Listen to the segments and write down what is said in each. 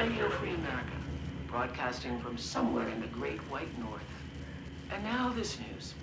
Radio Free America, broadcasting from somewhere in the Great White North. And now this news.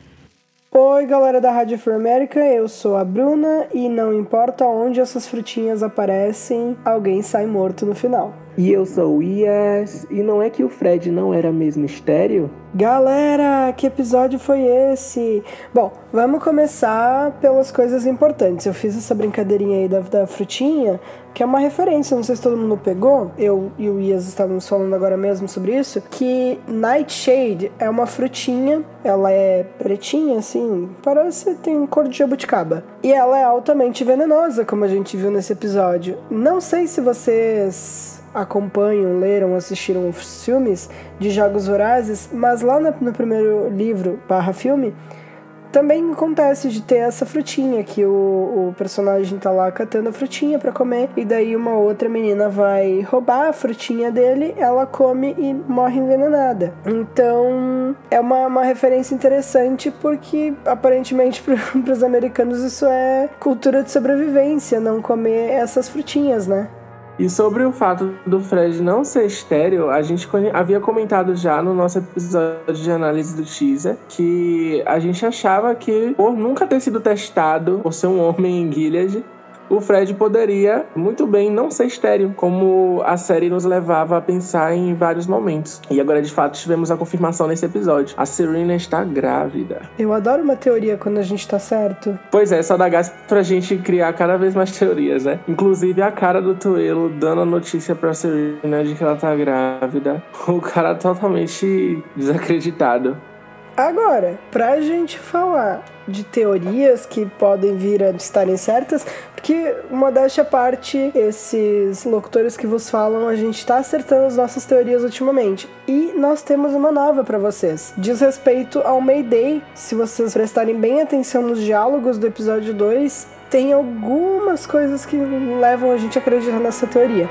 Oi, galera da Rádio Free America, eu sou a Bruna e não importa onde essas frutinhas aparecem, alguém sai morto no final. E eu sou o Ias, e não é que o Fred não era mesmo estéreo? Galera, que episódio foi esse? Bom, vamos começar pelas coisas importantes. Eu fiz essa brincadeirinha aí da frutinha, que é uma referência, não sei se todo mundo pegou, eu e o Ias estávamos falando agora mesmo sobre isso, que Nightshade é uma frutinha, ela é pretinha, assim, parece que tem cor de jabuticaba. E ela é altamente venenosa, como a gente viu nesse episódio. Não sei se vocês acompanham, leram, assistiram os filmes de Jogos Vorazes, mas lá no primeiro livro / filme também acontece de ter essa frutinha, que o personagem tá lá catando a frutinha pra comer, e daí uma outra menina vai roubar a frutinha dele, ela come e morre envenenada. Então é uma referência interessante, porque aparentemente pros americanos isso é cultura de sobrevivência, não comer essas frutinhas, né? E sobre o fato do Fred não ser estéreo, a gente havia comentado já no nosso episódio de análise do teaser que a gente achava que, por nunca ter sido testado por ser um homem em Gilead, o Fred poderia muito bem não ser estéreo, como a série nos levava a pensar em vários momentos. E agora, de fato, tivemos a confirmação nesse episódio. A Serena está grávida. Eu adoro uma teoria quando a gente tá certo. Pois é, só dá gás pra gente criar cada vez mais teorias, né? Inclusive a cara do Tuelo dando a notícia pra Serena de que ela tá grávida. O cara totalmente desacreditado. Agora, pra gente falar de teorias que podem vir a estarem certas, porque, modéstia à parte, esses locutores que vos falam, a gente tá acertando as nossas teorias ultimamente. E nós temos uma nova pra vocês. Diz respeito ao Mayday. Se vocês prestarem bem atenção nos diálogos do episódio 2, tem algumas coisas que levam a gente a acreditar nessa teoria.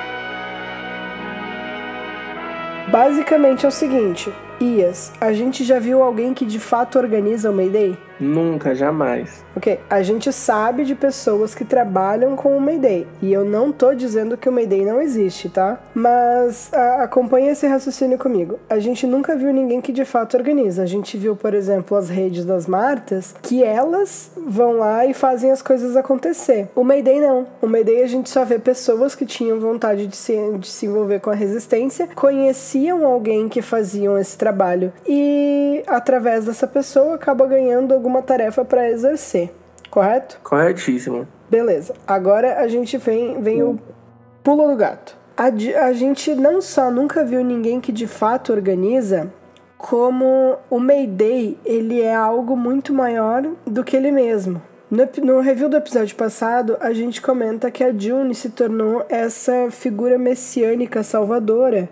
Basicamente é o seguinte: Ias, a gente já viu alguém que de fato organiza o Mayday? Nunca, jamais. Ok, a gente sabe de pessoas que trabalham com o Mayday, e eu não tô dizendo que o Mayday não existe, tá? Mas acompanhe esse raciocínio comigo. A gente nunca viu ninguém que de fato organiza. A gente viu, por exemplo, as redes das Martas, que elas vão lá e fazem as coisas acontecer. O Mayday não. O Mayday a gente só vê pessoas que tinham vontade de se envolver com a resistência, conheciam alguém que faziam esse trabalho, e através dessa pessoa acaba ganhando alguma tarefa para exercer. Correto? Corretíssimo. Beleza. Agora a gente vem o pulo do gato. A gente não só nunca viu ninguém que de fato organiza, como o Mayday, ele é algo muito maior do que ele mesmo. No review do episódio passado, a gente comenta que a June se tornou essa figura messiânica salvadora.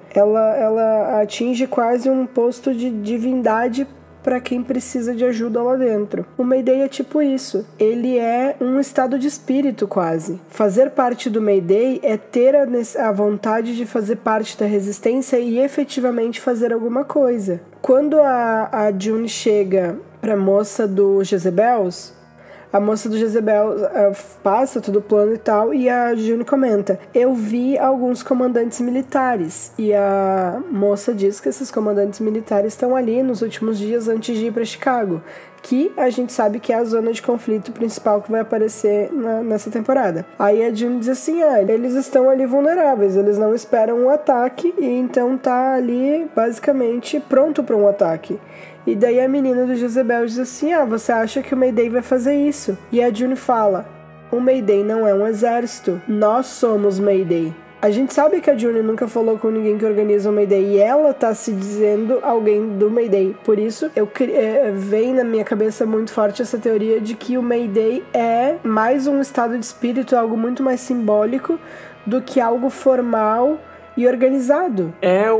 Ela atinge quase um posto de divindade para quem precisa de ajuda lá dentro. O Mayday é tipo isso. Ele é um estado de espírito quase. Fazer parte do Mayday é ter a vontade de fazer parte da resistência e efetivamente fazer alguma coisa. Quando a June chega pra moça do Jezebels, a moça do Jezebel passa todo o plano e tal, e a June comenta: eu vi alguns comandantes militares. E a moça diz que esses comandantes militares estão ali nos últimos dias antes de ir para Chicago, que a gente sabe que é a zona de conflito principal que vai aparecer nessa temporada. Aí a June diz assim: eles estão ali vulneráveis, eles não esperam um ataque, e então tá ali basicamente pronto para um ataque. E daí a menina do Jezebel diz assim: você acha que o Mayday vai fazer isso? E a June fala: o Mayday não é um exército, nós somos Mayday. A gente sabe que a June nunca falou com ninguém que organiza o Mayday, e ela tá se dizendo alguém do Mayday. Por isso, vem na minha cabeça muito forte essa teoria de que o Mayday é mais um estado de espírito, algo muito mais simbólico do que algo formal e organizado.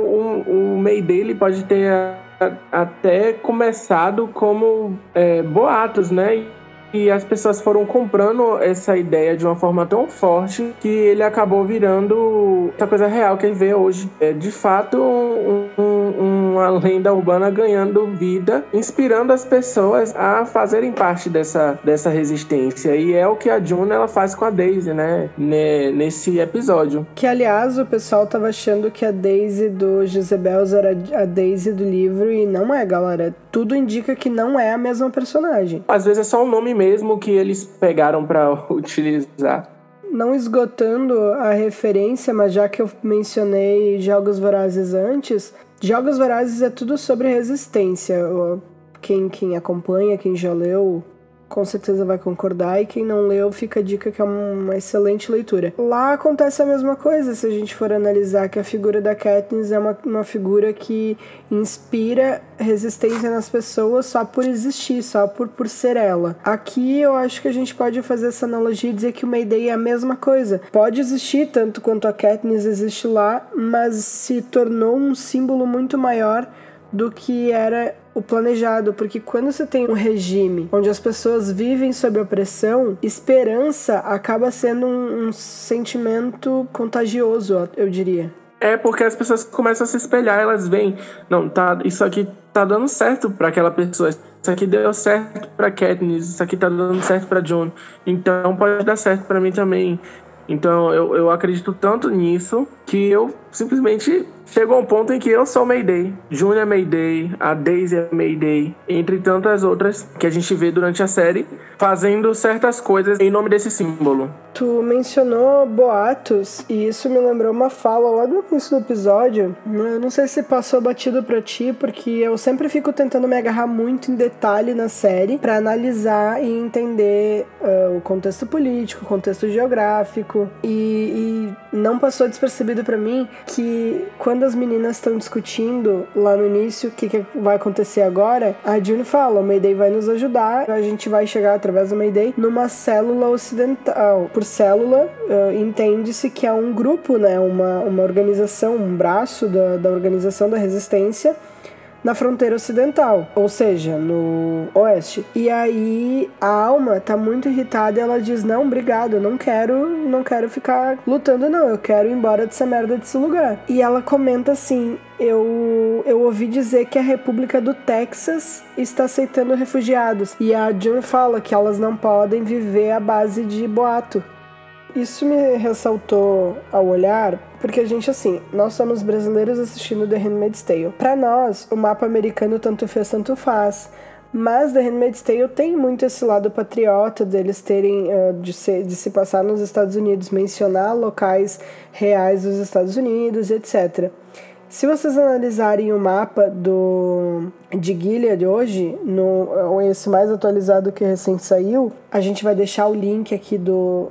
O Mayday, ele pode ter até começado como boatos, né? E as pessoas foram comprando essa ideia de uma forma tão forte que ele acabou virando essa coisa real que ele vê hoje. É de fato uma lenda urbana ganhando vida, inspirando as pessoas a fazerem parte dessa resistência. E é o que a June ela faz com a Daisy, né? Nesse episódio. Que, aliás, o pessoal tava achando que a Daisy do Jezebels era a Daisy do livro, e não é, galera. Tudo indica que não é a mesma personagem. Às vezes é só um nome mesmo que eles pegaram pra utilizar. Não esgotando a referência, mas já que eu mencionei Jogos Vorazes antes, Jogos Vorazes é tudo sobre resistência. Quem acompanha, quem já leu, com certeza vai concordar, e quem não leu, fica a dica que é uma excelente leitura. Lá acontece a mesma coisa, se a gente for analisar que a figura da Katniss é uma figura que inspira resistência nas pessoas só por existir, só por ser ela. Aqui eu acho que a gente pode fazer essa analogia e dizer que o Mayday é a mesma coisa. Pode existir tanto quanto a Katniss existe lá, mas se tornou um símbolo muito maior do que era o planejado, porque quando você tem um regime onde as pessoas vivem sob opressão, esperança acaba sendo um sentimento contagioso, eu diria. É porque as pessoas começam a se espelhar, elas veem, não, isso aqui tá dando certo pra aquela pessoa, isso aqui deu certo pra Katniss, isso aqui tá dando certo pra June, então pode dar certo pra mim também. Então eu acredito tanto nisso que eu simplesmente chego a um ponto em que eu sou Mayday. June é Mayday, a Daisy é Mayday, entre tantas outras que a gente vê durante a série, fazendo certas coisas em nome desse símbolo. Tu mencionou boatos, e isso me lembrou uma fala lá no início do episódio. Eu não sei se passou batido pra ti, porque eu sempre fico tentando me agarrar muito em detalhe na série pra analisar e entender o contexto político, o contexto geográfico, e não passou despercebido pra mim que quando as meninas estão discutindo lá no início o que vai acontecer agora, a June fala, o Mayday vai nos ajudar, a gente vai chegar através do Mayday numa célula ocidental. Por célula, entende-se que é um grupo, né, uma organização, um braço da organização da resistência na fronteira ocidental, ou seja, no oeste. E aí a Alma tá muito irritada e ela diz, não, obrigado, eu não quero ficar lutando não, eu quero ir embora dessa merda desse lugar. E ela comenta assim, eu ouvi dizer que a República do Texas está aceitando refugiados. E a June fala que elas não podem viver à base de boato. Isso me ressaltou ao olhar, porque a gente, assim, nós somos brasileiros assistindo The Handmaid's Tale. Pra nós, o mapa americano tanto fez, tanto faz. Mas The Handmaid's Tale tem muito esse lado patriota deles terem, de se passar nos Estados Unidos, mencionar locais reais dos Estados Unidos, etc. Se vocês analisarem o mapa de Gilead hoje, esse mais atualizado que recém saiu, a gente vai deixar o link aqui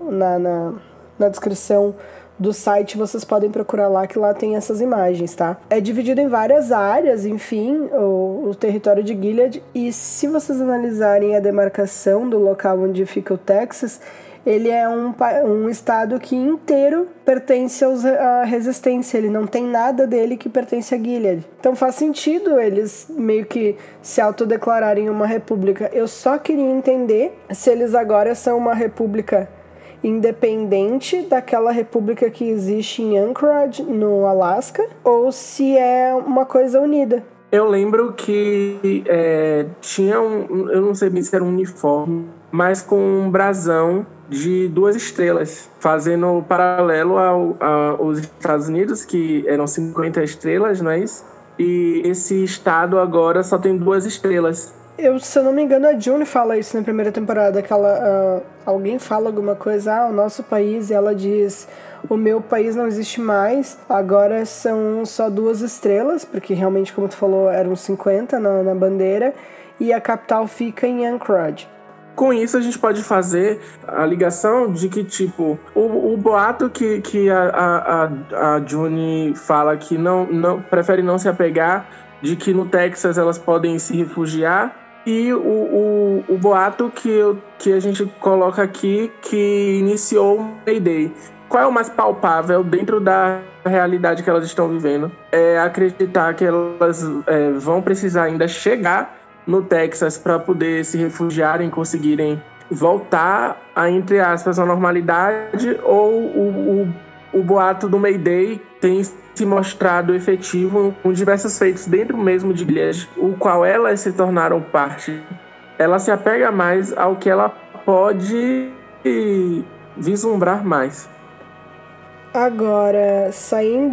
na descrição do site, vocês podem procurar lá, que lá tem essas imagens, tá? É dividido em várias áreas, enfim, o território de Gilead, e se vocês analisarem a demarcação do local onde fica o Texas, ele é um estado que inteiro pertence à resistência, ele não tem nada dele que pertence a Gilead. Então faz sentido eles meio que se autodeclararem uma república. Eu só queria entender se eles agora são uma república independente daquela república que existe em Anchorage, no Alasca, ou se é uma coisa unida. Eu lembro que tinha eu não sei se era um uniforme, mas com um brasão de 2 estrelas, fazendo paralelo aos Estados Unidos, que eram 50 estrelas, não é isso? E esse estado agora só tem 2 estrelas. Se eu não me engano, a June fala isso na primeira temporada, que alguém fala alguma coisa, o nosso país, e ela diz, o meu país não existe mais, agora são só 2 estrelas, porque realmente, como tu falou, eram 50 na bandeira, e a capital fica em Anchorage. Com isso, a gente pode fazer a ligação de que, tipo, o boato que a June fala que não prefere não se apegar, de que no Texas elas podem se refugiar, e o boato que a gente coloca aqui, que iniciou o Mayday. Qual é o mais palpável dentro da realidade que elas estão vivendo? É acreditar que elas vão precisar ainda chegar no Texas para poder se refugiarem, conseguirem voltar a, entre aspas, a normalidade, ou o boato do Mayday tem se mostrado efetivo com diversos feitos dentro mesmo de Gilead, o qual elas se tornaram parte. Ela se apega mais ao que ela pode vislumbrar mais. Agora, saindo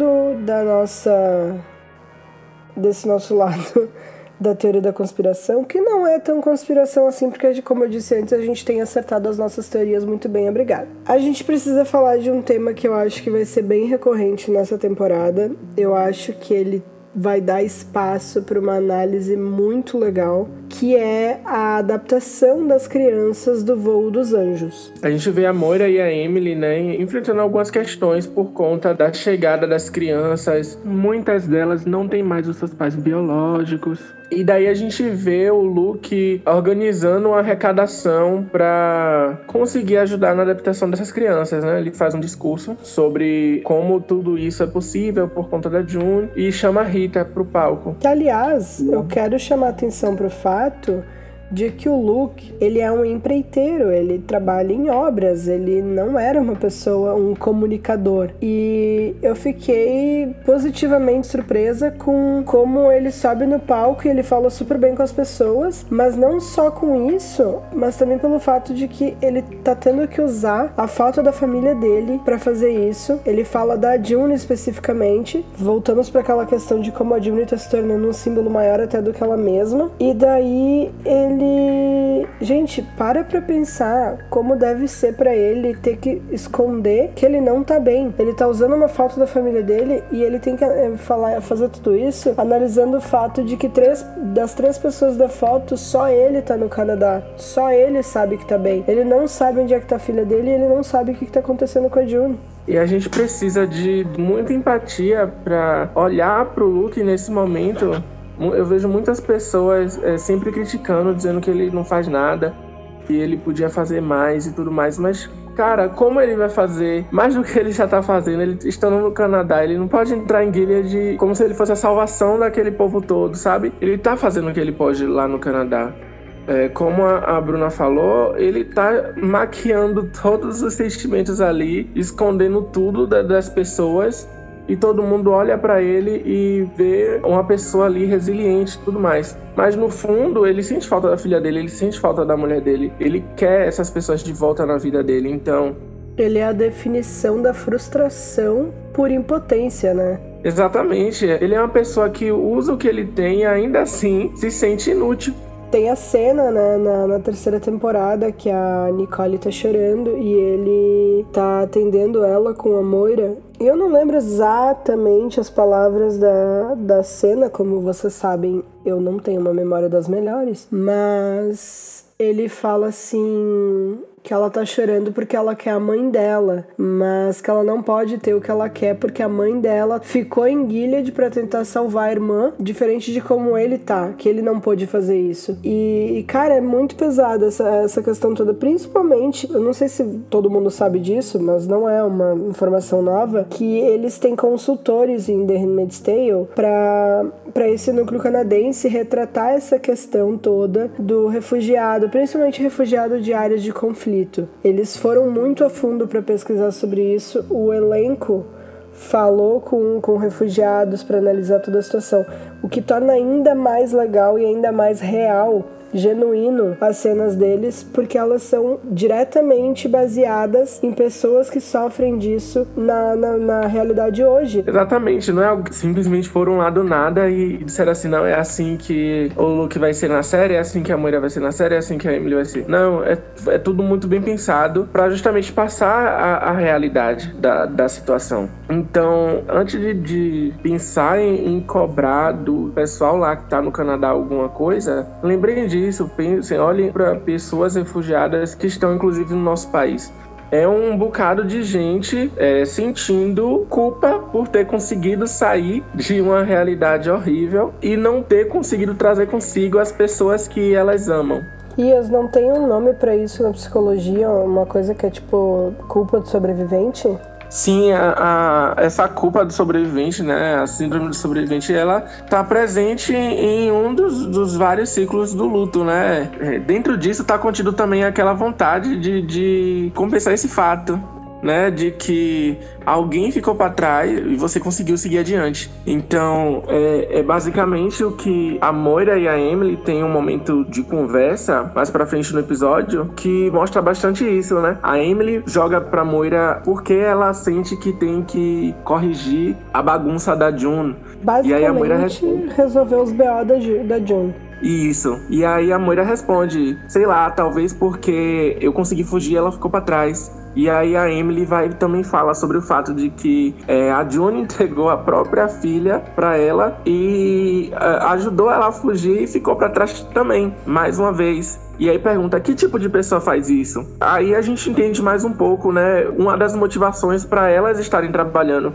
desse nosso lado da teoria da conspiração, que não é tão conspiração assim, porque, como eu disse antes, a gente tem acertado as nossas teorias muito bem, obrigada. A gente precisa falar de um tema que eu acho que vai ser bem recorrente nessa temporada. Eu acho que ele vai dar espaço para uma análise muito legal, que é a adaptação das crianças do Voo dos Anjos. A gente vê a Moira e a Emily, né, enfrentando algumas questões por conta da chegada das crianças. Muitas delas não têm mais os seus pais biológicos. E daí a gente vê o Luke organizando uma arrecadação para conseguir ajudar na adaptação dessas crianças, né? Ele faz um discurso sobre como tudo isso é possível por conta da June e chama a Rita pro palco. Que, aliás, eu quero chamar a atenção pro fato de que o Luke, ele é um empreiteiro, ele trabalha em obras, ele não era uma pessoa, um comunicador. E eu fiquei positivamente surpresa com como ele sobe no palco e ele fala super bem com as pessoas, mas não só com isso, mas também pelo fato de que ele tá tendo que usar a falta da família dele pra fazer isso. Ele fala da June especificamente, voltamos pra aquela questão de como a June tá se tornando um símbolo maior até do que ela mesma, e daí ele... Gente, para pra pensar como deve ser pra ele ter que esconder que ele não tá bem. Ele tá usando uma foto da família dele e ele tem que fazer tudo isso analisando o fato de que das três pessoas da foto, só ele tá no Canadá. Só ele sabe que tá bem. Ele não sabe onde é que tá a filha dele e ele não sabe o que tá acontecendo com a June. E a gente precisa de muita empatia pra olhar pro Luke nesse momento. Eu vejo muitas pessoas sempre criticando, dizendo que ele não faz nada, que ele podia fazer mais e tudo mais, mas, cara, como ele vai fazer mais do que ele já tá fazendo? Ele estando no Canadá, ele não pode entrar em Gilead como se ele fosse a salvação daquele povo todo, sabe? Ele tá fazendo o que ele pode lá no Canadá. Como a Bruna falou, ele tá maquiando todos os sentimentos ali, escondendo tudo das pessoas. E todo mundo olha pra ele e vê uma pessoa ali resiliente e tudo mais. Mas no fundo, ele sente falta da filha dele, ele sente falta da mulher dele. Ele quer essas pessoas de volta na vida dele, então... Ele é a definição da frustração por impotência, né? Exatamente. Ele é uma pessoa que usa o que ele tem e ainda assim se sente inútil. Tem a cena, né, na terceira temporada que a Nicole tá chorando e ele tá atendendo ela com a Moira. E eu não lembro exatamente as palavras da cena, como vocês sabem, eu não tenho uma memória das melhores. Mas ele fala assim... que ela tá chorando porque ela quer a mãe dela, mas que ela não pode ter o que ela quer porque a mãe dela ficou em Gilead pra tentar salvar a irmã, diferente de como ele tá, que ele não pôde fazer isso. E cara, é muito pesada essa questão toda, principalmente, eu não sei se todo mundo sabe disso, mas não é uma informação nova, que eles têm consultores em The Handmaid's Tale pra esse núcleo canadense retratar essa questão toda do refugiado, principalmente refugiado de áreas de conflito. Eles foram muito a fundo para pesquisar sobre isso. O elenco falou com refugiados para analisar toda a situação, o que torna ainda mais legal e ainda mais real, genuíno as cenas deles, porque elas são diretamente baseadas em pessoas que sofrem disso na realidade hoje. Exatamente, não é algo que simplesmente foram lá do nada e disseram assim, não, é assim que o Luke vai ser na série, é assim que a Moira vai ser na série, é assim que a Emily vai ser. Não, é tudo muito bem pensado para justamente passar a realidade da situação. Então, antes de pensar em cobrar do pessoal lá que tá no Canadá alguma coisa, lembrem disso, pensem, olhem para pessoas refugiadas que estão inclusive no nosso país. É um bocado de gente sentindo culpa por ter conseguido sair de uma realidade horrível e não ter conseguido trazer consigo as pessoas que elas amam. E eles não têm um nome pra isso na psicologia, uma coisa que é tipo culpa do sobrevivente? Sim, essa culpa do sobrevivente, né, a síndrome do sobrevivente, ela tá presente em um dos vários ciclos do luto, né? Dentro disso tá contido também aquela vontade de compensar esse fato, né, de que alguém ficou para trás e você conseguiu seguir adiante. Então, é basicamente o que a Moira e a Emily têm um momento de conversa mais pra frente no episódio que mostra bastante isso, né? A Emily joga pra Moira porque ela sente que tem que corrigir a bagunça da June. Basicamente, e aí a Moira responde, resolver os BO da June. Isso. E aí a Moira responde, sei lá, talvez porque eu consegui fugir, ela ficou pra trás. E aí a Emily vai também fala sobre o fato de que a June entregou a própria filha pra ela e ajudou ela a fugir e ficou pra trás também, mais uma vez. E aí pergunta, que tipo de pessoa faz isso? Aí a gente entende mais um pouco, né? Uma das motivações para elas estarem trabalhando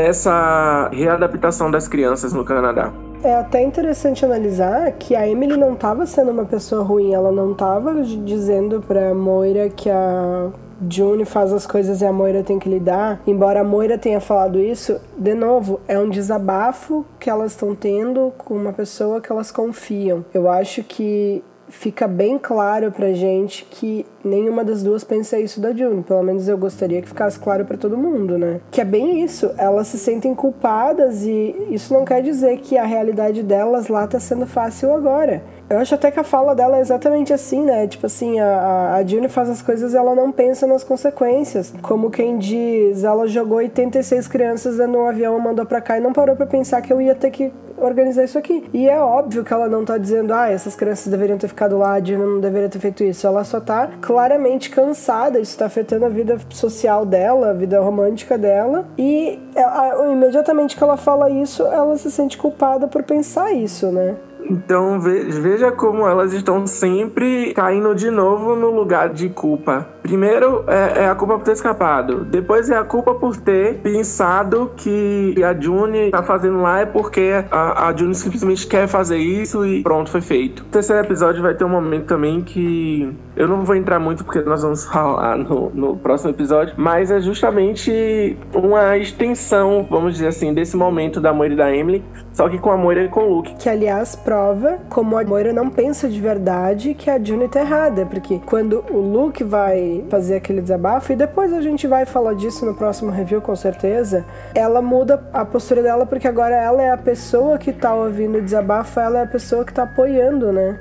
nessa readaptação das crianças no Canadá. É até interessante analisar que a Emily não estava sendo uma pessoa ruim, ela não estava dizendo pra Moira que a June faz as coisas e a Moira tem que lidar. Embora a Moira tenha falado isso, de novo, é um desabafo que elas estão tendo com uma pessoa que elas confiam. Eu acho que fica bem claro pra gente que nenhuma das duas pensa isso da June. Pelo menos eu gostaria que ficasse claro pra todo mundo, né? Que é bem isso. Elas se sentem culpadas e isso não quer dizer que a realidade delas lá tá sendo fácil agora. Eu acho até que a fala dela é exatamente assim, né? Tipo assim, a June faz as coisas e ela não pensa nas consequências. Como quem diz, ela jogou 86 crianças dentro de um avião, mandou pra cá e não parou pra pensar que eu ia ter que organizar isso aqui. E é óbvio que ela não tá dizendo, essas crianças deveriam ter ficado lá, a June não deveria ter feito isso. Ela só tá claramente cansada, isso tá afetando a vida social dela, a vida romântica dela. E imediatamente que ela fala isso, ela se sente culpada por pensar isso, né? Então veja como elas estão sempre caindo de novo no lugar de culpa. Primeiro é a culpa por ter escapado. Depois é a culpa por ter pensado que a June tá fazendo lá é porque a June simplesmente quer fazer isso e pronto, foi feito. O terceiro episódio vai ter um momento também que eu não vou entrar muito porque nós vamos falar no próximo episódio, mas é justamente uma extensão, vamos dizer assim, desse momento da Moira e da Emily, só que com a Moira e com o Luke. Que, aliás, prova como a Moira não pensa de verdade que a June tá errada, porque quando o Luke vai fazer aquele desabafo, e depois a gente vai falar disso no próximo review, com certeza, ela muda a postura dela, porque agora ela é a pessoa que tá ouvindo o desabafo, ela é a pessoa que tá apoiando, né?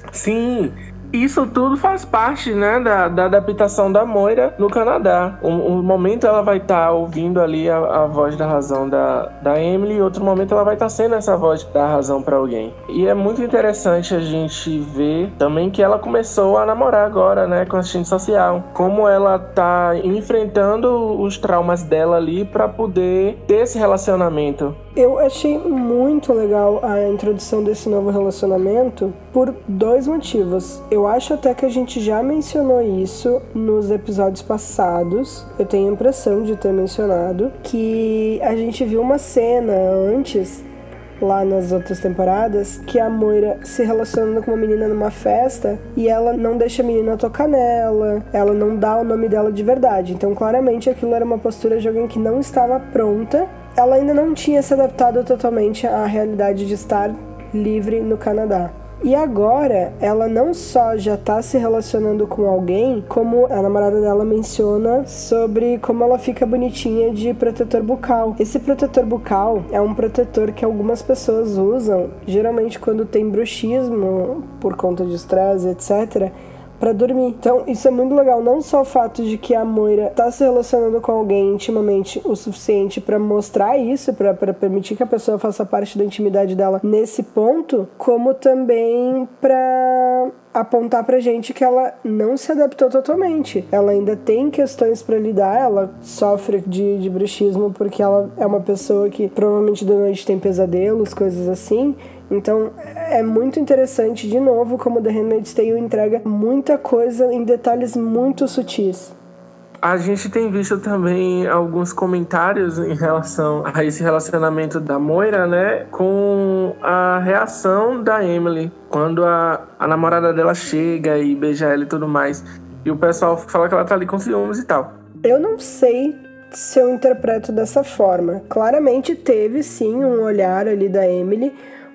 Sim, isso tudo faz parte, né, da adaptação da Moira no Canadá. Um momento ela vai estar ouvindo ali a voz da razão da Emily, e outro momento ela vai estar sendo essa voz da razão para alguém. E é muito interessante a gente ver também que ela começou a namorar agora, né, com assistente social. Como ela tá enfrentando os traumas dela ali para poder ter esse relacionamento. Eu achei muito legal a introdução desse novo relacionamento por dois motivos. Eu acho até que a gente já mencionou isso nos episódios passados. Eu tenho a impressão de ter mencionado que a gente viu uma cena antes, lá nas outras temporadas, que a Moira se relacionando com uma menina numa festa e ela não deixa a menina tocar nela, ela não dá o nome dela de verdade. Então, claramente, aquilo era uma postura de alguém que não estava pronta. Ela ainda não tinha se adaptado totalmente à realidade de estar livre no Canadá. E agora, ela não só já tá se relacionando com alguém, como a namorada dela menciona sobre como ela fica bonitinha de protetor bucal. Esse protetor bucal é um protetor que algumas pessoas usam, geralmente quando tem bruxismo, por conta de estresse, etc., pra dormir. Então, isso é muito legal. Não só o fato de que a Moira tá se relacionando com alguém intimamente o suficiente pra mostrar isso, pra permitir que a pessoa faça parte da intimidade dela nesse ponto, como também pra apontar pra gente que ela não se adaptou totalmente. Ela ainda tem questões pra lidar, ela sofre de bruxismo porque ela é uma pessoa que provavelmente de noite tem pesadelos, coisas assim. Então, é muito interessante, de novo, como The Handmaid's Tale entrega muita coisa em detalhes muito sutis. A gente tem visto também alguns comentários em relação a esse relacionamento da Moira, né, com a reação da Emily, quando a namorada dela chega e beija ela e tudo mais. E o pessoal fala que ela tá ali com ciúmes e tal. Eu não sei se eu interpreto dessa forma. Claramente teve, sim, um olhar ali da Emily,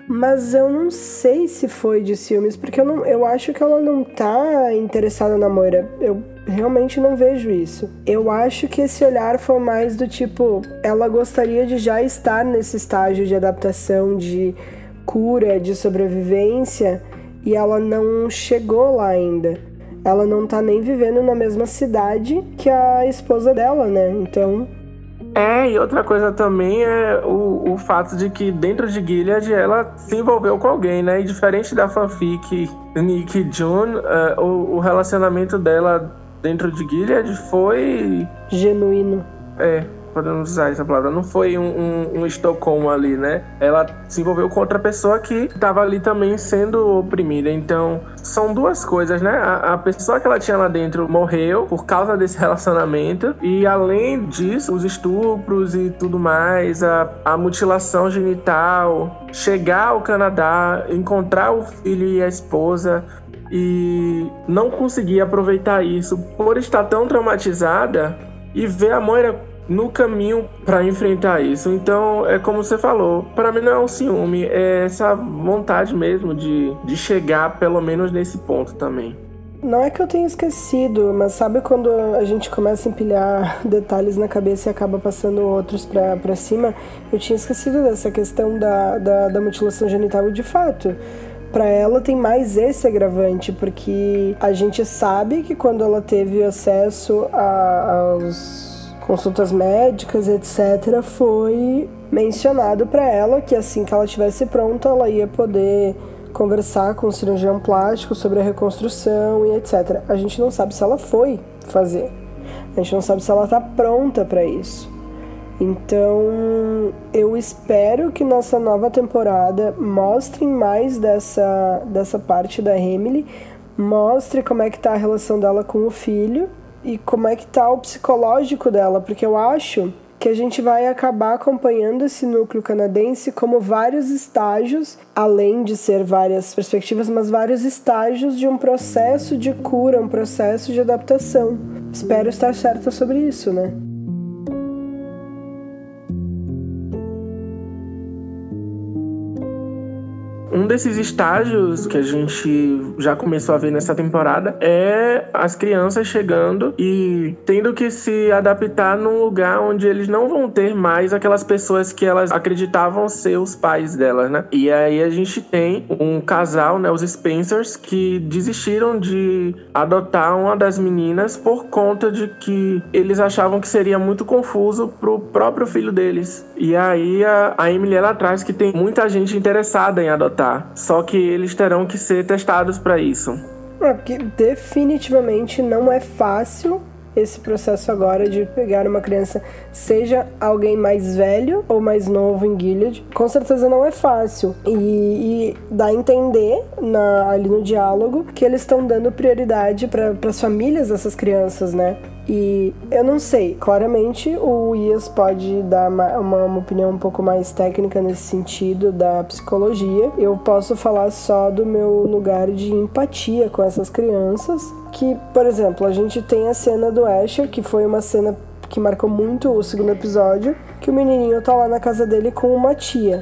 Mas eu não sei se foi de ciúmes, porque eu acho que ela não tá interessada na Moira. Eu realmente não vejo isso. Eu acho que esse olhar foi mais do tipo, ela gostaria de já estar nesse estágio de adaptação, de cura, de sobrevivência, e ela não chegou lá ainda. Ela não tá nem vivendo na mesma cidade que a esposa dela, né? Então... E outra coisa também é o fato de que dentro de Gilead ela se envolveu com alguém, né? E diferente da fanfic Nick e June, o relacionamento dela dentro de Gilead foi... genuíno. Podemos usar essa palavra. Não foi um Estocolmo ali, né? Ela se envolveu com outra pessoa que estava ali também sendo oprimida. Então, são duas coisas, né? A pessoa que ela tinha lá dentro morreu por causa desse relacionamento. E, além disso, os estupros e tudo mais, a mutilação genital, chegar ao Canadá, encontrar o filho e a esposa e não conseguir aproveitar isso por estar tão traumatizada e ver a Moira no caminho para enfrentar isso. Então, é como você falou, para mim não é um ciúme, é essa vontade mesmo de chegar pelo menos nesse ponto também. Não é que eu tenha esquecido, mas sabe quando a gente começa a empilhar detalhes na cabeça e acaba passando outros pra cima? Eu tinha esquecido dessa questão da mutilação genital. De fato, para ela tem mais esse agravante, porque a gente sabe que quando ela teve acesso aos consultas médicas, etc., foi mencionado para ela que assim que ela estivesse pronta, ela ia poder conversar com o cirurgião plástico sobre a reconstrução e etc. A gente não sabe se ela foi fazer. A gente não sabe se ela está pronta para isso. Então, eu espero que nessa nova temporada mostrem mais dessa parte da Emily, mostre como é que tá a relação dela com o filho, e como é que tá o psicológico dela, porque eu acho que a gente vai acabar acompanhando esse núcleo canadense como vários estágios, além de ser várias perspectivas, mas vários estágios de um processo de cura, um processo de adaptação. Espero estar certa sobre isso, né? Um desses estágios que a gente já começou a ver nessa temporada é as crianças chegando e tendo que se adaptar num lugar onde eles não vão ter mais aquelas pessoas que elas acreditavam ser os pais delas, né? E aí a gente tem um casal, né, os Spencers, que desistiram de adotar uma das meninas por conta de que eles achavam que seria muito confuso pro próprio filho deles. E aí a Emily, ela traz que tem muita gente interessada em adotar, só que eles terão que ser testados para isso. Porque definitivamente não é fácil esse processo agora de pegar uma criança, seja alguém mais velho ou mais novo em Gilead. Com certeza não é fácil. E dá a entender ali no diálogo que eles estão dando prioridade para as famílias dessas crianças, né? E eu não sei, claramente o Ias pode dar uma opinião um pouco mais técnica nesse sentido da psicologia. Eu posso falar só do meu lugar de empatia com essas crianças, que, por exemplo, a gente tem a cena do Asher, que foi uma cena que marcou muito o segundo episódio, que o menininho tá lá na casa dele com uma tia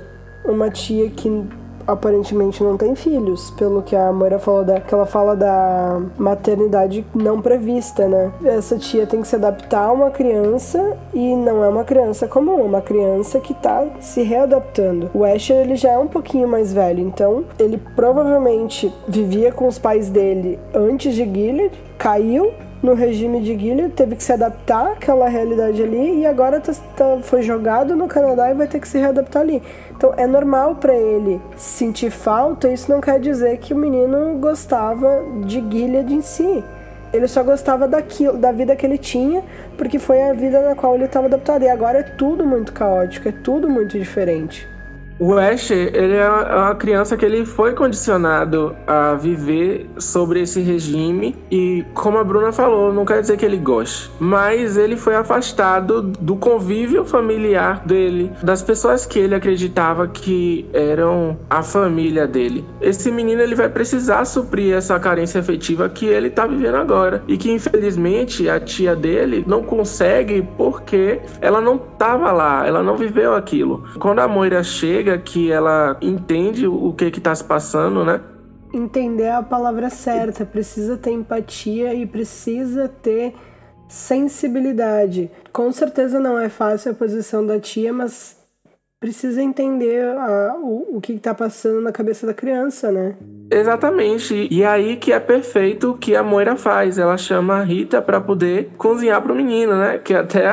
que aparentemente não tem filhos, pelo que a Moira falou, que ela fala da maternidade não prevista, né? Essa tia tem que se adaptar a uma criança e não é uma criança comum, é uma criança que tá se readaptando. O Asher, ele já é um pouquinho mais velho, então ele provavelmente vivia com os pais dele antes de Gilead, caiu no regime de Gilead, teve que se adaptar àquela realidade ali e agora foi jogado no Canadá e vai ter que se readaptar ali. Então é normal pra ele sentir falta, isso não quer dizer que o menino gostava de Gilead em si. Ele só gostava da vida que ele tinha, porque foi a vida na qual ele estava adaptado. E agora é tudo muito caótico, é tudo muito diferente. O Asher, ele é uma criança que ele foi condicionado a viver sobre esse regime e, como a Bruna falou, não quer dizer que ele goste, mas ele foi afastado do convívio familiar dele, das pessoas que ele acreditava que eram a família dele. Esse menino, ele vai precisar suprir essa carência afetiva que ele tá vivendo agora e que, infelizmente, a tia dele não consegue porque ela não tava lá, ela não viveu aquilo. Quando a Moira chega, chega, que ela entende o que tá se passando, né? Entender a palavra certa, precisa ter empatia e precisa ter sensibilidade. Com certeza não é fácil a posição da tia, mas precisa entender o que tá passando na cabeça da criança, né? Exatamente. E aí que é perfeito o que a Moira faz. Ela chama a Rita pra poder cozinhar pro menino, né? Que até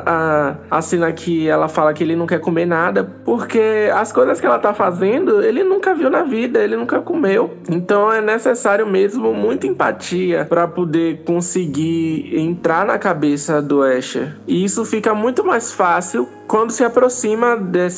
a cena que ela fala que ele não quer comer nada, porque as coisas que ela tá fazendo, ele nunca viu na vida, ele nunca comeu. Então é necessário mesmo muita empatia pra poder conseguir entrar na cabeça do Asher. E isso fica muito mais fácil quando se aproxima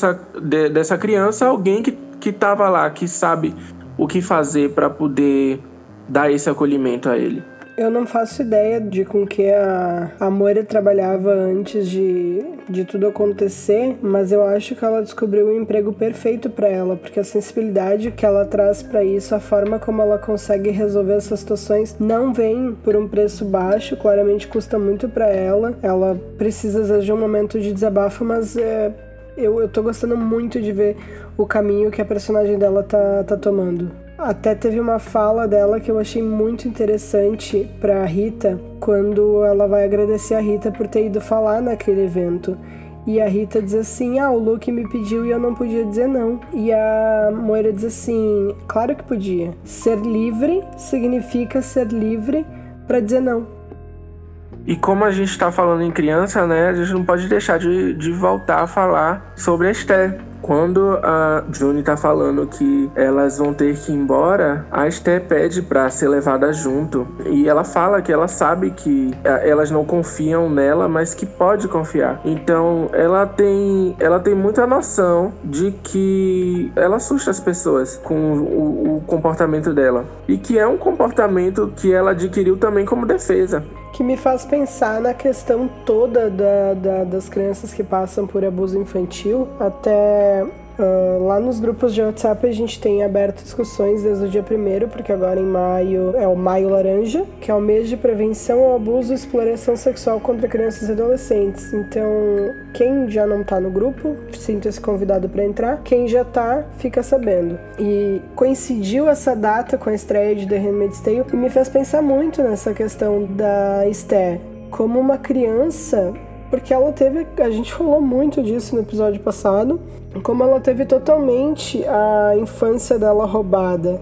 dessa criança alguém que tava lá, que sabe o que fazer para poder dar esse acolhimento a ele. Eu não faço ideia de com que a Moira trabalhava antes de tudo acontecer, mas eu acho que ela descobriu o emprego perfeito para ela, porque a sensibilidade que ela traz para isso, a forma como ela consegue resolver essas situações, não vem por um preço baixo, claramente custa muito para ela. Ela precisa às vezes de um momento de desabafo, mas eu tô gostando muito de ver o caminho que a personagem dela tá tomando. Até teve uma fala dela que eu achei muito interessante pra Rita, quando ela vai agradecer a Rita por ter ido falar naquele evento. E a Rita diz assim, o Luke me pediu e eu não podia dizer não. E a Moira diz assim, claro que podia. Ser livre significa ser livre pra dizer não. E como a gente tá falando em criança, né, a gente não pode deixar de voltar a falar sobre a Esther. Quando a June tá falando que elas vão ter que ir embora, a Esther pede pra ser levada junto. E ela fala que ela sabe que elas não confiam nela, mas que pode confiar. Então ela tem muita noção de que ela assusta as pessoas com o comportamento dela. E que é um comportamento que ela adquiriu também como defesa. Que me faz pensar na questão toda das crianças que passam por abuso infantil. Até lá nos grupos de WhatsApp a gente tem aberto discussões desde o dia 1º, porque agora em maio é o Maio Laranja, que é o mês de prevenção ao abuso e exploração sexual contra crianças e adolescentes. Então, quem já não tá no grupo, sinta-se convidado para entrar. Quem já tá, fica sabendo. E coincidiu essa data com a estreia de The Handmaid's Tale e me fez pensar muito nessa questão da Esther como uma criança, porque ela teve, a gente falou muito disso no episódio passado, como ela teve totalmente a infância dela roubada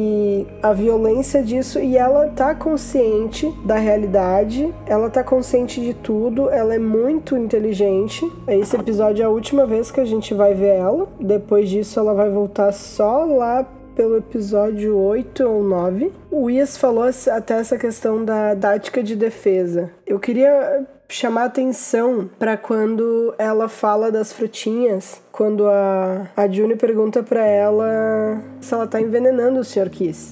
e a violência disso, e ela tá consciente da realidade, ela tá consciente de tudo, ela é muito inteligente. Esse episódio é a última vez que a gente vai ver ela, depois disso ela vai voltar só lá pelo episódio 8 ou 9. O Ias falou até essa questão da tática de defesa. Eu queria chamar atenção para quando ela fala das frutinhas, quando a June pergunta para ela se ela tá envenenando o Sr. Kiss.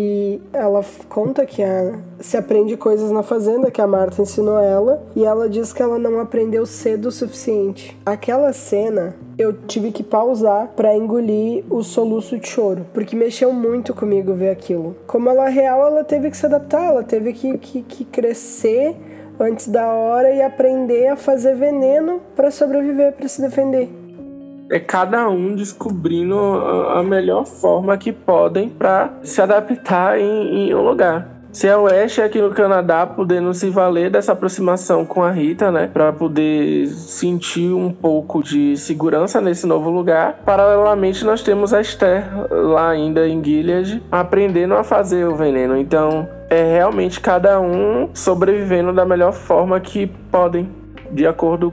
E ela conta que se aprende coisas na fazenda que a Martha ensinou ela, e ela diz que ela não aprendeu cedo o suficiente. Aquela cena eu tive que pausar pra engolir o soluço de choro, porque mexeu muito comigo ver aquilo. Como ela real, ela teve que se adaptar, ela teve que crescer antes da hora e aprender a fazer veneno pra sobreviver, pra se defender. É cada um descobrindo a melhor forma que podem para se adaptar em um lugar. Se é o Ash aqui no Canadá, podendo se valer dessa aproximação com a Rita, né, para poder sentir um pouco de segurança nesse novo lugar. Paralelamente, nós temos a Esther lá ainda em Gilead, aprendendo a fazer o veneno. Então, é realmente cada um sobrevivendo da melhor forma que podem, de acordo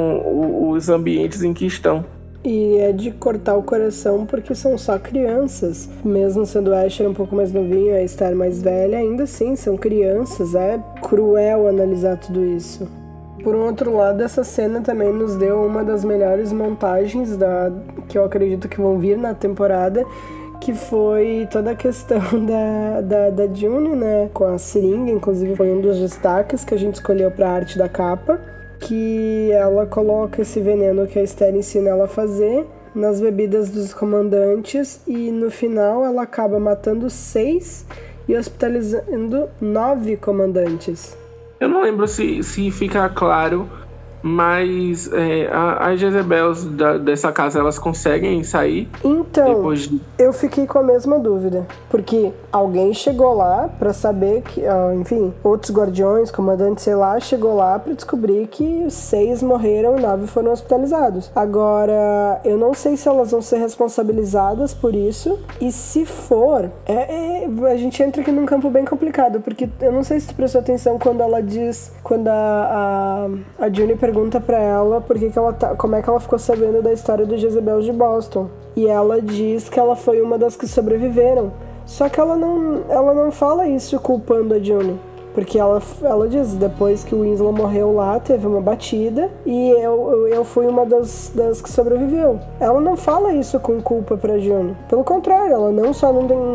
com os ambientes em que estão. E é de cortar o coração, porque são só crianças. Mesmo sendo a Asher um pouco mais novinho, a Esther mais velha, ainda assim são crianças. É cruel analisar tudo isso. Por um outro lado, essa cena também nos deu uma das melhores montagens que eu acredito que vão vir na temporada, que foi toda a questão da June, né, com a seringa. Inclusive foi um dos destaques que a gente escolheu para a arte da capa, que ela coloca esse veneno que a Esther ensina ela a fazer nas bebidas dos comandantes, e no final ela acaba matando 6 e hospitalizando 9 comandantes. Eu não lembro se fica claro Mas as Jezebels dessa casa, elas conseguem sair? Então, eu fiquei com a mesma dúvida. Porque alguém chegou lá pra saber que, enfim, outros guardiões, comandantes, sei lá, chegou lá pra descobrir que 6 morreram e 9 foram hospitalizados. Agora, eu não sei se elas vão ser responsabilizadas por isso. E se for, a gente entra aqui num campo bem complicado. Porque eu não sei se tu prestou atenção quando ela diz... Quando a June pergunta pra ela como é que ela ficou sabendo da história do Jezebel de Boston. E ela diz que ela foi uma das que sobreviveram. Só que ela não fala isso culpando a June. Porque ela diz, depois que o Winslow morreu lá, teve uma batida e eu fui uma das que sobreviveu. Ela não fala isso com culpa pra June. Pelo contrário, ela não só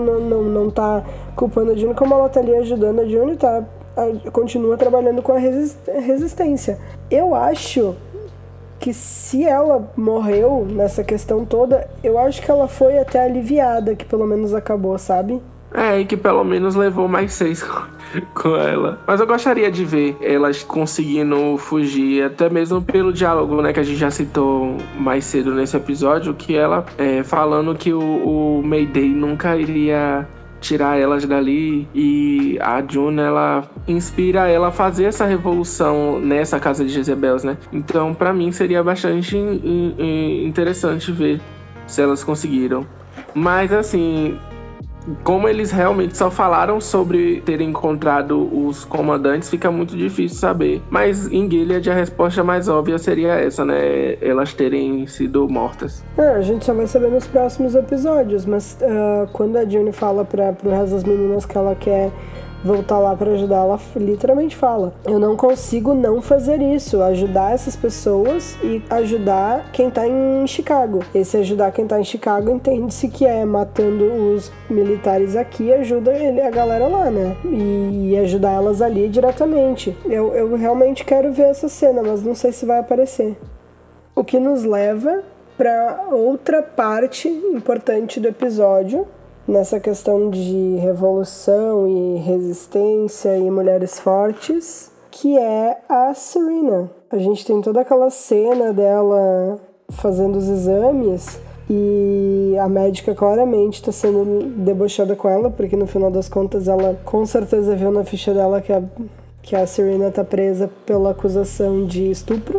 não tá culpando a June, como ela tá ali ajudando a June, continua trabalhando com a resistência. Eu acho que se ela morreu nessa questão toda, eu acho que ela foi até aliviada, que pelo menos acabou, sabe? E que pelo menos levou mais 6 com ela. Mas eu gostaria de ver elas conseguindo fugir, até mesmo pelo diálogo, né, que a gente já citou mais cedo nesse episódio, que ela falando que o Mayday nunca iria tirar elas dali, e a June, ela inspira ela a fazer essa revolução nessa casa de Jezebels, né? Então, pra mim, seria bastante interessante ver se elas conseguiram. Mas, assim, como eles realmente só falaram sobre terem encontrado os comandantes, fica muito difícil saber. Mas em Gilead a resposta mais óbvia seria essa, né? Elas terem sido mortas. A gente só vai saber nos próximos episódios, mas quando a June fala pro resto das meninas que ela quer voltar lá pra ajudar, ela literalmente fala: eu não consigo não fazer isso, ajudar essas pessoas e ajudar quem tá em Chicago. Esse ajudar quem tá em Chicago entende-se que matando os militares aqui, ajuda a galera lá, né? E ajudar elas ali diretamente. Eu realmente quero ver essa cena, mas não sei se vai aparecer. O que nos leva pra outra parte importante do episódio, nessa questão de revolução e resistência e mulheres fortes, que é a Serena. A gente tem toda aquela cena dela fazendo os exames e a médica claramente está sendo debochada com ela, porque no final das contas ela com certeza viu na ficha dela que a Serena tá presa pela acusação de estupro.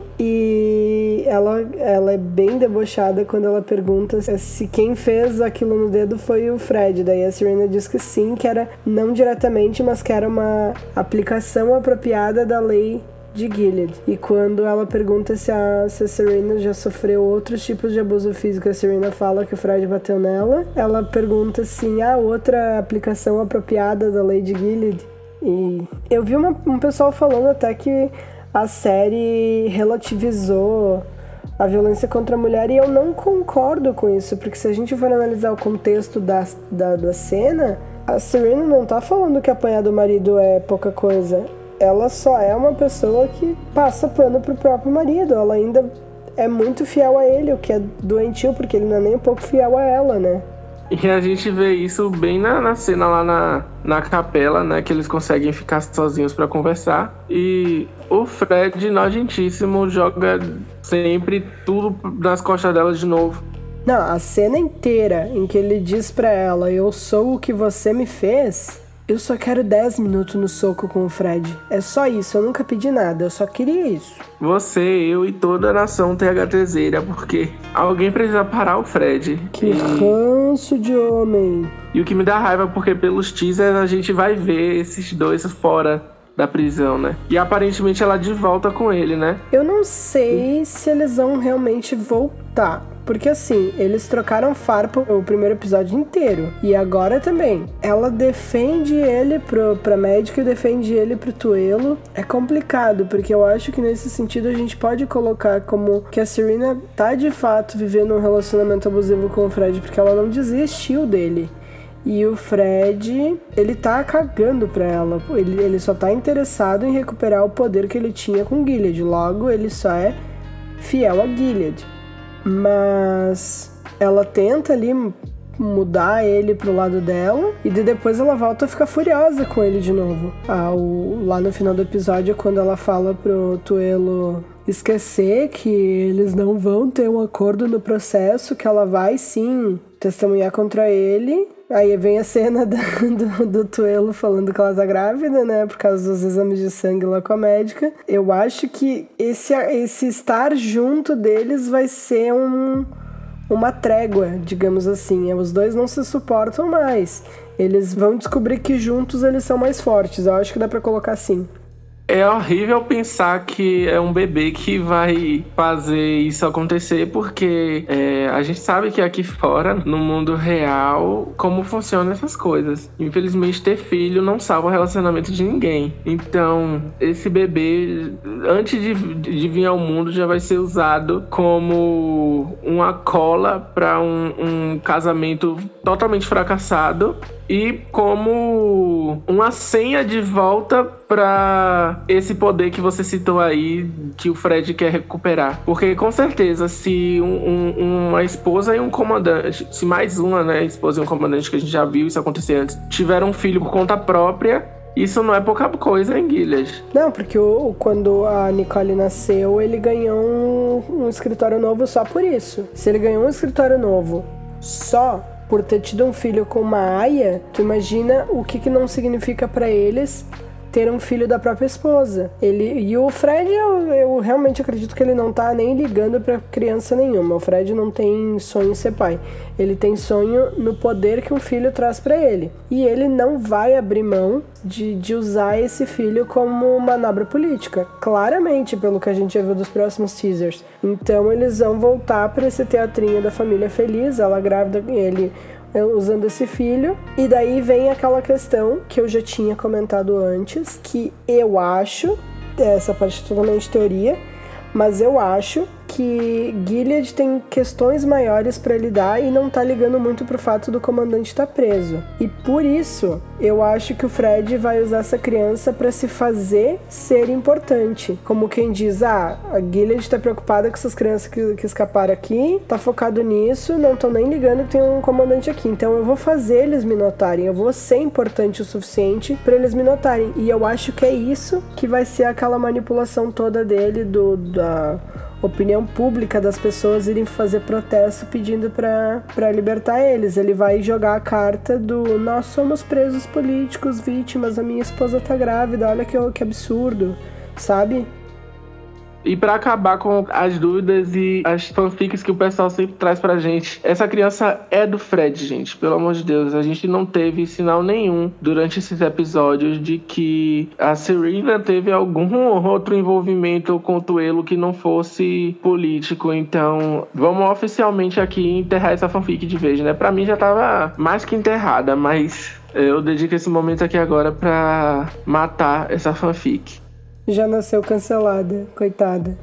E ela é bem debochada quando ela pergunta se quem fez aquilo no dedo foi o Fred. Daí a Serena diz que sim, que era não diretamente, mas que era uma aplicação apropriada da lei de Gilead. E quando ela pergunta se a Serena já sofreu outros tipos de abuso físico, a Serena fala que o Fred bateu nela. Ela pergunta se há outra aplicação apropriada da lei de Gilead. E eu vi um pessoal falando até que a série relativizou a violência contra a mulher, e eu não concordo com isso, porque se a gente for analisar o contexto da cena, a Serena não tá falando que apanhar do marido é pouca coisa. Ela só é uma pessoa que passa pano pro próprio marido. Ela ainda é muito fiel a ele, o que é doentio, porque ele não é nem um pouco fiel a ela, né? E a gente vê isso bem na cena lá na capela, né? Que eles conseguem ficar sozinhos pra conversar. E o Fred, nojentíssimo, joga sempre tudo nas costas dela de novo. Não, a cena inteira em que ele diz pra ela: eu sou o que você me fez... Eu só quero 10 minutos no soco com o Fred. É só isso, eu nunca pedi nada, eu só queria isso. Você, eu e toda a nação THTZera, porque alguém precisa parar o Fred. Que ranço de homem. E o que me dá raiva é porque pelos teasers a gente vai ver esses dois fora da prisão, né? E aparentemente ela de volta com ele, né? Eu não sei se eles vão realmente voltar. Porque assim, eles trocaram farpa o primeiro episódio inteiro. E agora também. Ela defende ele pra médica e defende ele pro Tuelo. É complicado, porque eu acho que nesse sentido a gente pode colocar como que a Serena tá de fato vivendo um relacionamento abusivo com o Fred, porque ela não desistiu dele. E o Fred, ele tá cagando pra ela. Ele só tá interessado em recuperar o poder que ele tinha com Gilead. Logo, ele só é fiel a Gilead. Mas ela tenta ali mudar ele pro lado dela, e depois ela volta a ficar furiosa com ele de novo. Lá no final do episódio, quando ela fala pro Tuelo esquecer que eles não vão ter um acordo no processo, que ela vai sim testemunhar contra ele. Aí vem a cena do Tuelo falando que ela tá grávida, né? Por causa dos exames de sangue lá com a médica. Eu acho que esse estar junto deles vai ser uma trégua, digamos assim. Os dois não se suportam mais. Eles vão descobrir que juntos eles são mais fortes. Eu acho que dá pra colocar assim. É horrível pensar que é um bebê que vai fazer isso acontecer, porque a gente sabe que aqui fora, no mundo real, como funcionam essas coisas. Infelizmente, ter filho não salva o relacionamento de ninguém. Então, esse bebê, antes de vir ao mundo, já vai ser usado como uma cola para um casamento totalmente fracassado e como uma senha de volta para esse poder que você citou aí, que o Fred quer recuperar. Porque, com certeza, se uma esposa e um comandante, se mais uma, né, esposa e um comandante, que a gente já viu isso acontecer antes, tiveram um filho por conta própria, isso não é pouca coisa em Gilead. Não, porque quando a Nicole nasceu, ele ganhou um escritório novo só por isso. Se ele ganhou um escritório novo só por ter tido um filho com uma aia, tu imagina o que não significa pra eles ter um filho da própria esposa. E o Fred, eu realmente acredito que ele não tá nem ligando pra criança nenhuma. O Fred não tem sonho em ser pai. Ele tem sonho no poder que um filho traz pra ele. E ele não vai abrir mão de usar esse filho como manobra política. Claramente, pelo que a gente já viu dos próximos teasers. Então eles vão voltar pra esse teatrinho da família feliz, ela grávida, ele usando esse filho. E daí vem aquela questão que eu já tinha comentado antes, que eu acho, essa parte é totalmente teoria, mas eu acho que Gilead tem questões maiores pra lidar e não tá ligando muito pro fato do comandante estar preso. E por isso, eu acho que o Fred vai usar essa criança pra se fazer ser importante. Como quem diz, a Gilead tá preocupada com essas crianças que escaparam aqui, tá focado nisso, não tô nem ligando que tem um comandante aqui. Então eu vou fazer eles me notarem, eu vou ser importante o suficiente pra eles me notarem. E eu acho que é isso que vai ser aquela manipulação toda dele, da opinião pública das pessoas irem fazer protesto pedindo pra libertar eles. Ele vai jogar a carta do nós somos presos políticos, vítimas, a minha esposa tá grávida, olha que absurdo, sabe? E pra acabar com as dúvidas e as fanfics que o pessoal sempre traz pra gente, essa criança é do Fred, gente. Pelo amor de Deus, a gente não teve sinal nenhum durante esses episódios de que a Serena teve algum outro envolvimento com o Tuelo que não fosse político. Então, vamos oficialmente aqui enterrar essa fanfic de vez, né? Pra mim já tava mais que enterrada, mas eu dedico esse momento aqui agora pra matar essa fanfic. Já nasceu cancelada, coitada.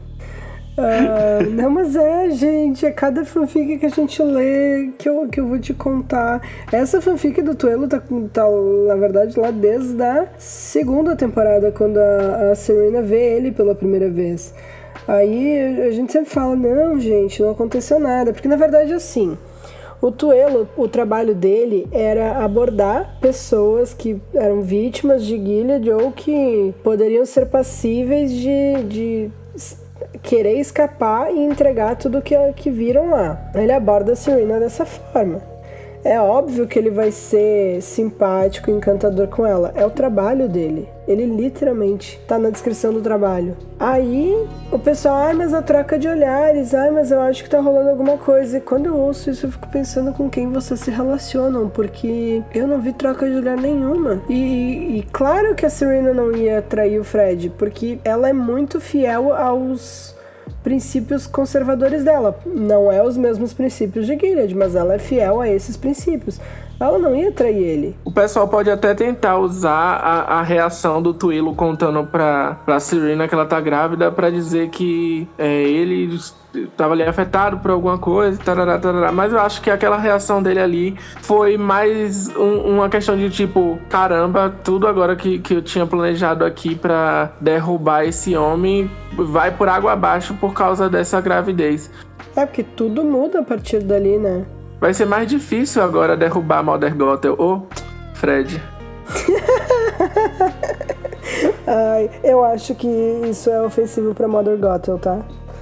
Não, mas gente, é cada fanfic que a gente lê que eu vou te contar. Essa fanfic do Tuelo tá, na verdade, lá desde a segunda temporada, quando a Serena vê ele pela primeira vez. Aí a gente sempre fala, não, gente, não aconteceu nada. Porque, na verdade, assim, o Tuelo, o trabalho dele era abordar pessoas que eram vítimas de Gilead ou que poderiam ser passíveis de querer escapar e entregar tudo que viram lá. Ele aborda a Serena dessa forma. É óbvio que ele vai ser simpático e encantador com ela. É o trabalho dele. Ele literalmente tá na descrição do trabalho. Aí o pessoal, mas a troca de olhares, mas eu acho que tá rolando alguma coisa. E quando eu ouço isso, eu fico pensando com quem vocês se relacionam, porque eu não vi troca de olhar nenhuma. E claro que a Serena não ia trair o Fred, porque ela é muito fiel aos princípios conservadores dela. Não é os mesmos princípios de Gilead, mas ela é fiel a esses princípios. Ela não ia trair ele. O pessoal pode até tentar usar a reação do Tuelo contando pra Serena que ela tá grávida pra dizer que ele tava ali afetado por alguma coisa, tarará, tarará. Mas eu acho que aquela reação dele ali foi mais uma questão de tipo, caramba, tudo agora que eu tinha planejado aqui pra derrubar esse homem vai por água abaixo por causa dessa gravidez. É, porque tudo muda a partir dali, né? Vai ser mais difícil agora derrubar Mother Gothel. Ô, Fred. Ai, eu acho que isso é ofensivo pra Mother Gothel, tá?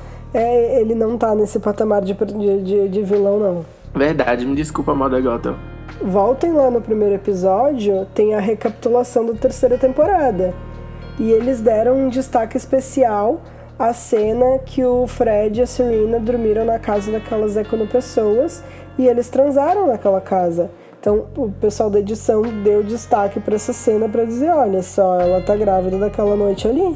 Ele não tá nesse patamar de vilão, não. Verdade, me desculpa, Mother Gothel. Voltem lá no primeiro episódio, tem a recapitulação da terceira temporada. E eles deram um destaque especial à cena que o Fred e a Serena dormiram na casa daquelas Econopessoas e eles transaram naquela casa. Então o pessoal da edição deu destaque para essa cena para dizer, olha só, ela tá grávida daquela noite ali.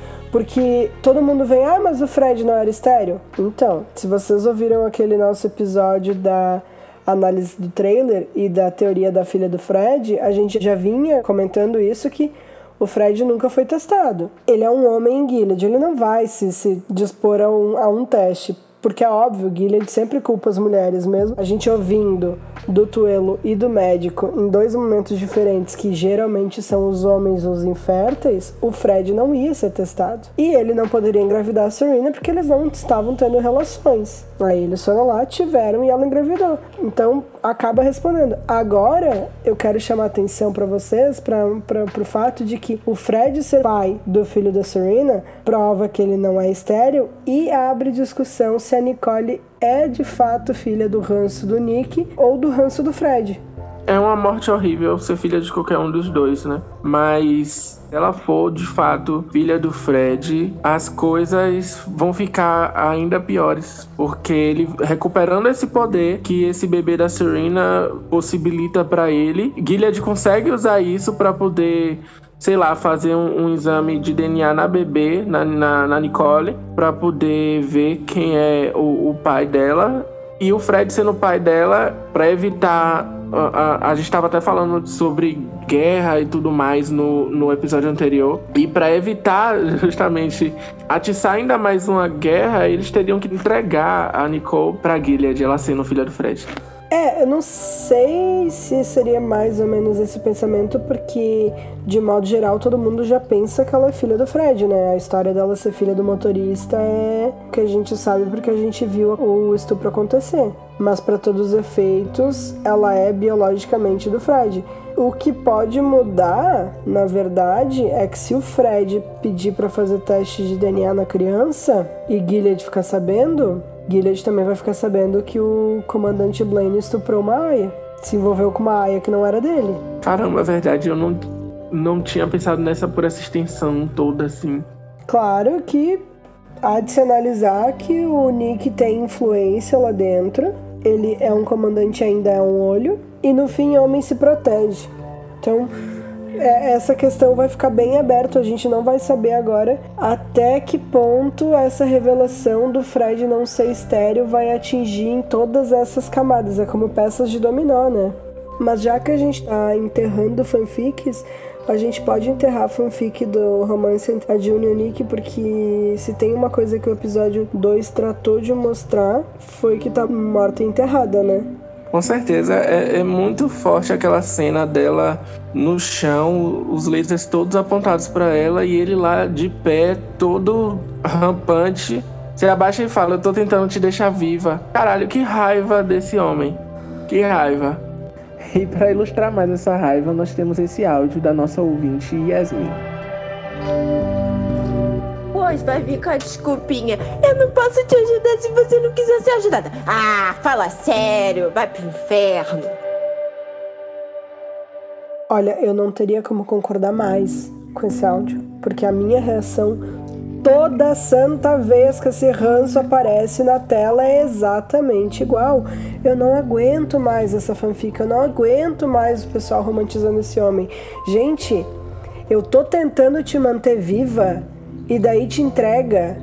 Porque todo mundo vem, mas o Fred não era estéril? Então, se vocês ouviram aquele nosso episódio da análise do trailer e da teoria da filha do Fred, a gente já vinha comentando isso, que o Fred nunca foi testado. Ele é um homem em Gilead, ele não vai se dispor a um teste. Porque é óbvio, Gilead sempre culpa as mulheres mesmo. A gente ouvindo do Tuelo e do médico em dois momentos diferentes, que geralmente são os homens os inférteis, o Fred não ia ser testado. E ele não poderia engravidar a Serena porque eles não estavam tendo relações. Aí eles foram lá, tiveram e ela engravidou. Então, acaba respondendo. Agora, eu quero chamar a atenção para vocês pro fato de que o Fred ser pai do filho da Serena prova que ele não é estéril e abre discussão se a Nicole é de fato filha do ranço do Nick ou do ranço do Fred. É uma morte horrível ser filha de qualquer um dos dois, né? Mas se ela for, de fato, filha do Fred, as coisas vão ficar ainda piores. Porque ele, recuperando esse poder que esse bebê da Serena possibilita pra ele, Gilead consegue usar isso pra poder, sei lá, fazer um exame de DNA na bebê, na Nicole, pra poder ver quem é o pai dela. E o Fred sendo o pai dela, pra evitar... A gente estava até falando sobre guerra e tudo mais no episódio anterior. E para evitar justamente atiçar ainda mais uma guerra, eles teriam que entregar a Nicole pra Gilead, ela sendo filha do Fred. Eu não sei se seria mais ou menos esse pensamento, porque, de modo geral, todo mundo já pensa que ela é filha do Fred, né? A história dela ser filha do motorista é o que a gente sabe porque a gente viu o estupro acontecer. Mas, para todos os efeitos, ela é biologicamente do Fred. O que pode mudar, na verdade, é que se o Fred pedir para fazer teste de DNA na criança e Gilead ficar sabendo... Gilead também vai ficar sabendo que o comandante Blaine estuprou uma aia. Se envolveu com uma aia que não era dele. Caramba, é verdade. Eu não tinha pensado por essa extensão toda, assim. Claro que há de se analisar que o Nick tem influência lá dentro. Ele é um comandante, ainda é um olho. E no fim, homem se protege. Então... essa questão vai ficar bem aberta, a gente não vai saber agora até que ponto essa revelação do Fred não ser estéril vai atingir em todas essas camadas, é como peças de dominó, né? Mas já que a gente tá enterrando fanfics, a gente pode enterrar a fanfic do romance entre a June e o Nick, porque se tem uma coisa que o episódio 2 tratou de mostrar, foi que tá morta e enterrada, né? Com certeza, é muito forte aquela cena dela no chão, os lasers todos apontados pra ela e ele lá de pé, todo rampante. Você abaixa e fala, eu tô tentando te deixar viva. Caralho, que raiva desse homem. Que raiva. E pra ilustrar mais essa raiva, nós temos esse áudio da nossa ouvinte Yasmin. Pois vai vir com a desculpinha. Eu não posso te ajudar se você não quiser ser ajudada. Ah, fala sério, vai pro inferno. Olha, eu não teria como concordar mais com esse áudio, porque a minha reação toda santa vez que esse ranço aparece na tela é exatamente igual. Eu não aguento mais essa fanfic, eu não aguento mais o pessoal romantizando esse homem. Gente, eu tô tentando te manter viva e daí te entrega.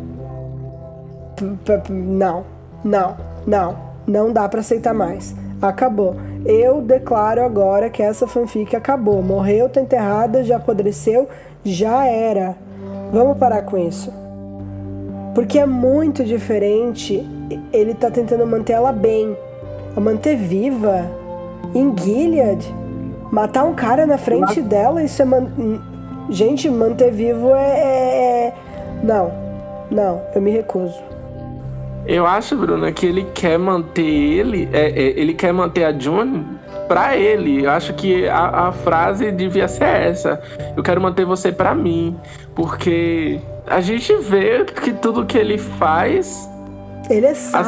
Não dá pra aceitar mais. Acabou. Eu declaro agora que essa fanfic acabou. Morreu, tá enterrada, já apodreceu, já era. Vamos parar com isso. Porque é muito diferente. Ele tá tentando manter ela bem, manter viva. Em Gilead, matar um cara na frente dela, isso é... Gente, manter vivo Não, eu me recuso. Eu acho, Bruna, que ele quer manter ele quer manter a June pra ele. Eu acho que a frase devia ser essa. Eu quero manter você pra mim. Porque a gente vê que tudo que ele faz... Ele é sádico.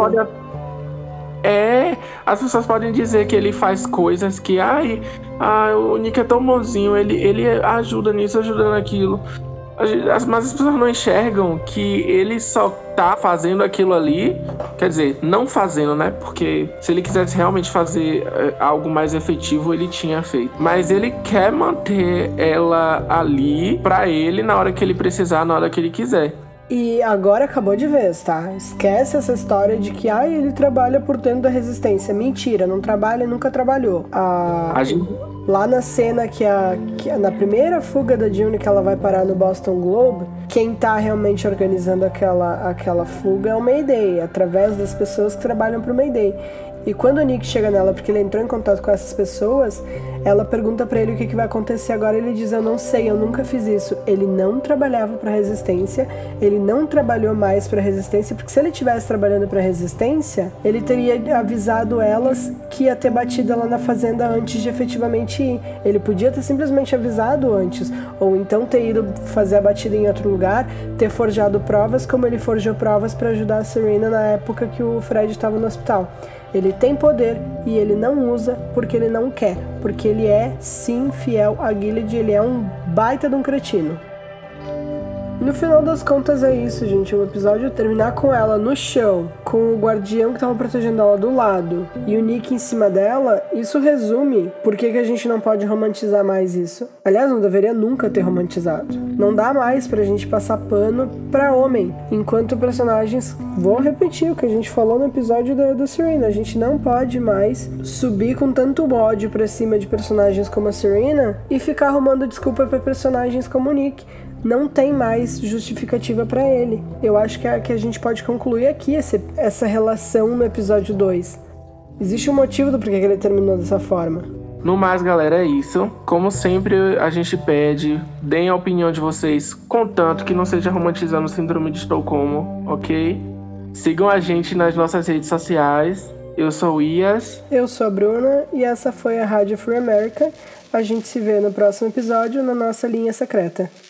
As pessoas podem dizer que ele faz coisas que... o Nick é tão bonzinho. Ele ajuda nisso, ajuda naquilo. Mas as pessoas não enxergam que ele só tá fazendo aquilo ali. Quer dizer, não fazendo, né? Porque se ele quisesse realmente fazer algo mais efetivo, ele tinha feito. Mas ele quer manter ela ali pra ele na hora que ele precisar, na hora que ele quiser. E agora acabou de vez, tá? Esquece essa história de que ele trabalha por dentro da resistência. Mentira, não trabalha e nunca trabalhou. Lá na cena que na primeira fuga da June, que ela vai parar no Boston Globe, quem tá realmente organizando aquela fuga é o Mayday, através das pessoas que trabalham pro Mayday. E quando o Nick chega nela, porque ele entrou em contato com essas pessoas, ela pergunta pra ele o que vai acontecer agora. Ele diz: eu não sei, eu nunca fiz isso. Ele não trabalhava pra Resistência, ele não trabalhou mais pra Resistência, porque se ele estivesse trabalhando pra Resistência, ele teria avisado elas que ia ter batida lá na fazenda antes de efetivamente ir. Ele podia ter simplesmente avisado antes, ou então ter ido fazer a batida em outro lugar, ter forjado provas como ele forjou provas pra ajudar a Serena na época que o Fred estava no hospital. Ele tem poder e ele não usa porque ele não quer. Porque ele é, sim, fiel a Gilead. Ele é um baita de um cretino. No final das contas é isso, gente. O episódio terminar com ela no chão, com o guardião que tava protegendo ela do lado e o Nick em cima dela, isso resume por que a gente não pode romantizar mais isso. Aliás, não deveria nunca ter romantizado. Não dá mais pra gente passar pano pra homem, enquanto personagens... Vou repetir o que a gente falou no episódio da Serena. A gente não pode mais subir com tanto ódio pra cima de personagens como a Serena e ficar arrumando desculpa pra personagens como o Nick. Não tem mais justificativa pra ele. Eu acho que a gente pode concluir aqui essa relação no episódio 2. Existe um motivo do porquê que ele terminou dessa forma. No mais, galera, é isso. Como sempre, a gente pede, deem a opinião de vocês, contanto que não seja romantizando o síndrome de Estocolmo, ok? Sigam a gente nas nossas redes sociais. Eu sou o Ias. Eu sou a Bruna e essa foi a Rádio Free America. A gente se vê no próximo episódio na nossa linha secreta.